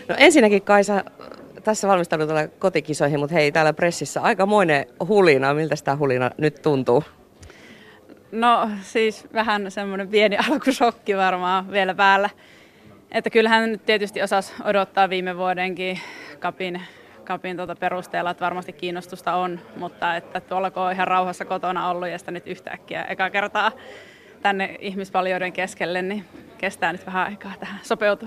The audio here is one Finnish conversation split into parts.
No ensinnäkin Kaisa, tässä valmistaudutaan kotikisoihin, mutta hei, täällä pressissä aikamoinen hulina. Miltä tämä hulina nyt tuntuu? No siis vähän semmoinen pieni alkusokki varmaan vielä päällä. Että kyllähän nyt tietysti osasi odottaa viime vuodenkin kapin perusteella, että varmasti kiinnostusta on, mutta että tuolla kun on ihan rauhassa kotona ollut ja sitä nyt yhtäkkiä eka kertaa tänne ihmispaljouden keskelle, niin kestää nyt vähän aikaa tähän sopeutua.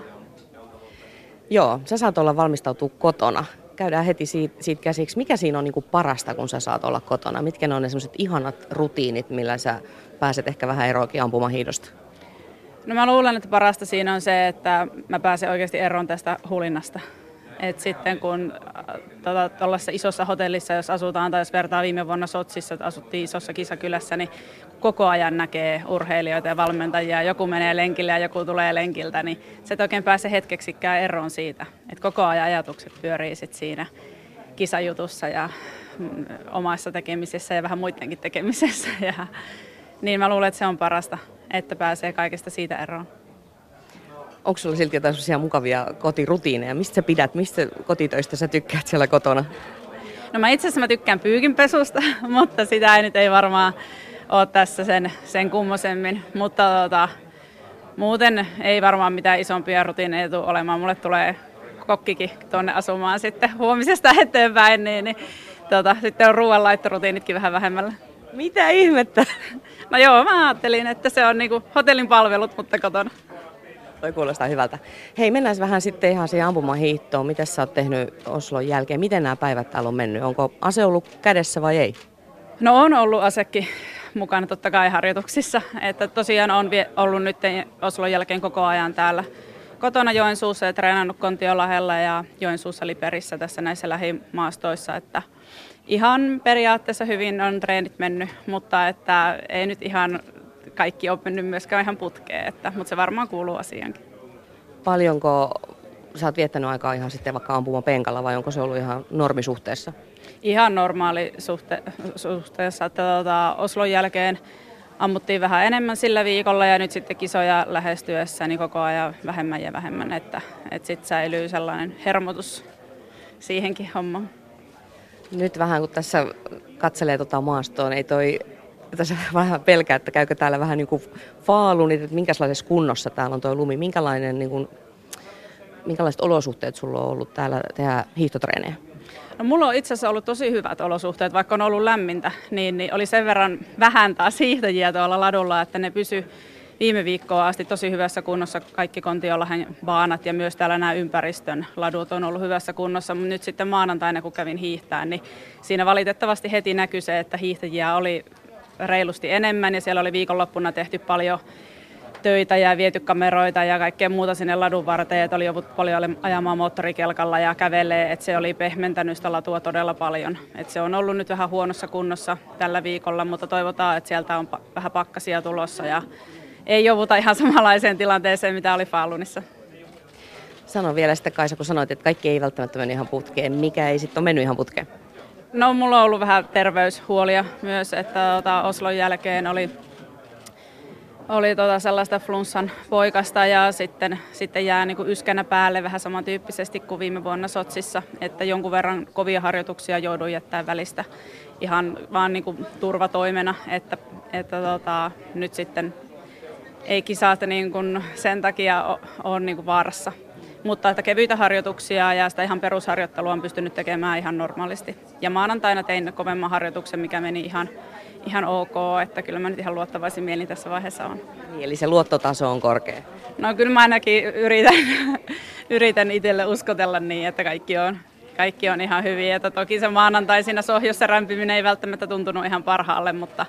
Joo, sä saat olla valmistautua kotona. Käydään heti siitä käsiksi. Mikä siinä on niin kuin parasta, kun sä saat olla kotona? Mitkä ne on ne sellaiset ihanat rutiinit, millä sä pääset ehkä vähän eroakin ampumahiidosta? No mä luulen, että parasta siinä on se, että mä pääsen oikeasti eroon tästä hulinasta. Et sitten kun tuollaisessa isossa hotellissa, jos asutaan tai jos vertaa viime vuonna Sotsissa, että asuttiin isossa kisakylässä, niin koko ajan näkee urheilijoita ja valmentajia. Joku menee lenkille ja joku tulee lenkiltä, niin se et oikein pääse hetkeksikään eroon siitä. Et koko ajan ajatukset pyörii sit siinä kisajutussa ja omassa tekemisessä ja vähän muidenkin tekemisessä. Ja, niin mä luulen, että se on parasta, että pääsee kaikesta siitä eroon. Onko sulla silti jotain sellaisia mukavia kotirutiineja? Mistä sä pidät? Mistä kotitöistä sä tykkäät siellä kotona? No mä itse asiassa mä tykkään pyykinpesusta, mutta sitä nyt ei varmaan ole tässä sen kummosemmin. Mutta muuten ei varmaan mitään isompia rutiineja tule olemaan. Mulle tulee kokkikin tuonne asumaan sitten huomisesta eteenpäin, niin sitten on ruoanlaittorutiinitkin vähän vähemmällä. Mitä ihmettä? No joo, mä ajattelin, että se on niinku hotellin palvelut, mutta kotona. Toi kuulostaa hyvältä. Hei, mennään vähän sitten ihan siihen ampumahiihtoon. Mitä sä oot tehnyt Oslon jälkeen? Miten nämä päivät täällä on mennyt? Onko ase ollut kädessä vai ei? No on ollut asekin mukana totta kai harjoituksissa. Että tosiaan on ollut nyt Oslon jälkeen koko ajan täällä kotona Joensuussa ja treenannut Kontiolahella ja Joensuussa Liperissä tässä näissä lähimaastoissa. Että ihan periaatteessa hyvin on treenit mennyt, mutta että ei nyt ihan kaikki on mennyt myöskään ihan putkeen, mutta se varmaan kuuluu asiankin. Paljonko sä oot viettänyt aikaa ihan sitten vaikka ampumapenkalla vai onko se ollut ihan normisuhteessa? Ihan normaali suhteessa, että Oslon jälkeen ammuttiin vähän enemmän sillä viikolla ja nyt sitten kisoja lähestyessä niin koko ajan vähemmän ja vähemmän, että sitten säilyy sellainen hermotus siihenkin hommaan. Nyt vähän kun tässä katselee maastoon, ei tässä vähän pelkää, että käykö täällä vähän niin kuin faalunit, että minkälaisessa kunnossa täällä on tuo lumi, minkälaiset olosuhteet sulla on ollut täällä tehdä hiihtotreenejä? No, mulla on itse asiassa ollut tosi hyvät olosuhteet, vaikka on ollut lämmintä, niin oli sen verran vähän taas hiihtäjiä tuolla ladulla, että ne pysy viime viikkoa asti tosi hyvässä kunnossa. Kaikki Kontiolahden baanat ja myös täällä nämä ympäristön ladut on ollut hyvässä kunnossa, mutta nyt sitten maanantaina kun kävin hiihtämään, niin siinä valitettavasti heti näkyi se, että hiihtäjiä oli reilusti enemmän ja siellä oli viikonloppuna tehty paljon töitä ja viety kameroita ja kaikkea muuta sinne ladun varteen, että oli jouduttu paljon ajamaan moottorikelkalla ja kävelee, että se oli pehmentänyt sitä latua todella paljon. Että se on ollut nyt vähän huonossa kunnossa tällä viikolla, mutta toivotaan, että sieltä on vähän pakkasia tulossa ja ei jouduta ihan samanlaiseen tilanteeseen, mitä oli Falunissa. Sano vielä sitten Kaisa, kun sanoit, että kaikki ei välttämättä mene ihan putkeen. Mikä ei sitten ole mennyt ihan putkeen? No mulla on ollut vähän terveyshuolia myös, että Oslon jälkeen oli sellaista flunssan poikasta ja sitten jää niin kuin yskänä päälle vähän samantyyppisesti kuin viime vuonna Sotsissa, että jonkun verran kovia harjoituksia jouduin jättää välistä ihan vaan niin kuin turvatoimena, että nyt sitten ei kisaata niin kuin sen takia ole niin kuin vaarassa. Mutta että kevyitä harjoituksia ja sitä ihan perusharjoittelua on pystynyt tekemään ihan normaalisti. Ja maanantaina tein kovemman harjoituksen, mikä meni ihan ok, että kyllä mä nyt ihan luottavaisin mielin tässä vaiheessa on. Niin, eli se luottotaso on korkea? No kyllä mä ainakin yritän itselle uskotella niin, että kaikki on ihan hyvin. Että toki se maanantai siinä sohjossa rämpiminen ei välttämättä tuntunut ihan parhaalle, mutta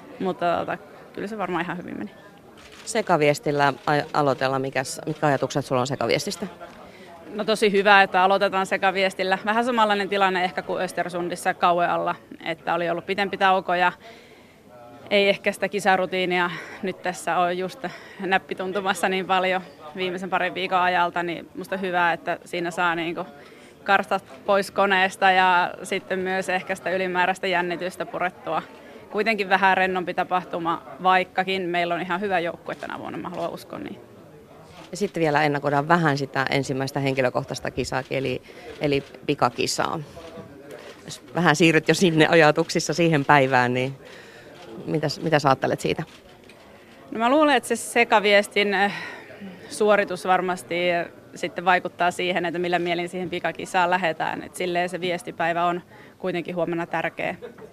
kyllä se varmaan ihan hyvin meni. Sekaviestillä aloitella, mitkä ajatukset sulla on sekaviestistä? No tosi hyvä, että aloitetaan sekaviestillä. Vähän samanlainen tilanne ehkä kuin Östersundissa kauan alla, että oli ollut pitempi tauko ja ei ehkä sitä kisarutiinia nyt tässä ole just näppituntumassa niin paljon viimeisen parin viikon ajalta, niin musta hyvä, että siinä saa niinku karstat pois koneesta ja sitten myös ehkä sitä ylimääräistä jännitystä purettua. Kuitenkin vähän rennompi tapahtuma, vaikkakin meillä on ihan hyvä joukkue tänä vuonna, mä haluan uskoa niin. Ja sitten vielä ennakoidaan vähän sitä ensimmäistä henkilökohtaista kisaakin, eli pikakisaa. Jos vähän siirryt jo sinne ajatuksissa siihen päivään, niin mitä sä ajattelet siitä? No mä luulen, että se sekaviestin suoritus varmasti sitten vaikuttaa siihen, että millä mielin siihen pikakisaan lähdetään. Et silleen se viestipäivä on kuitenkin huomenna tärkeä.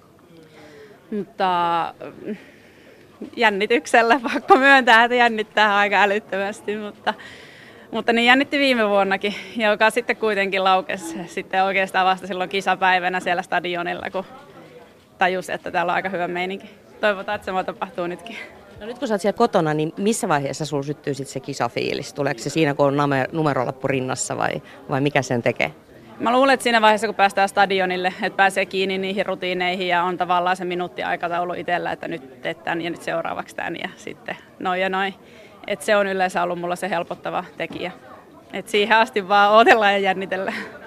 Mutta jännityksellä pakko myöntää, että jännittää aika älyttömästi, mutta niin jännitti viime vuonnakin, joka sitten kuitenkin laukesi sitten oikeastaan vasta silloin kisapäivänä siellä stadionilla, kun tajusi, että täällä on aika hyvä meininki. Toivotaan, että sama tapahtuu nytkin. No nyt kun sä oot siellä kotona, niin missä vaiheessa sulla syttyy sit se kisafiilis? Tuleeko se siinä, kun on numerolappu rinnassa vai mikä sen tekee? Mä luulen, että siinä vaiheessa, kun päästään stadionille, että pääsee kiinni niihin rutiineihin ja on tavallaan se minuuttiaikataulu itsellä, että nyt teet tämän ja nyt seuraavaksi tämän ja sitten noin ja noin. Että se on yleensä ollut mulla se helpottava tekijä. Että siihen asti vaan odotellaan ja jännitellään.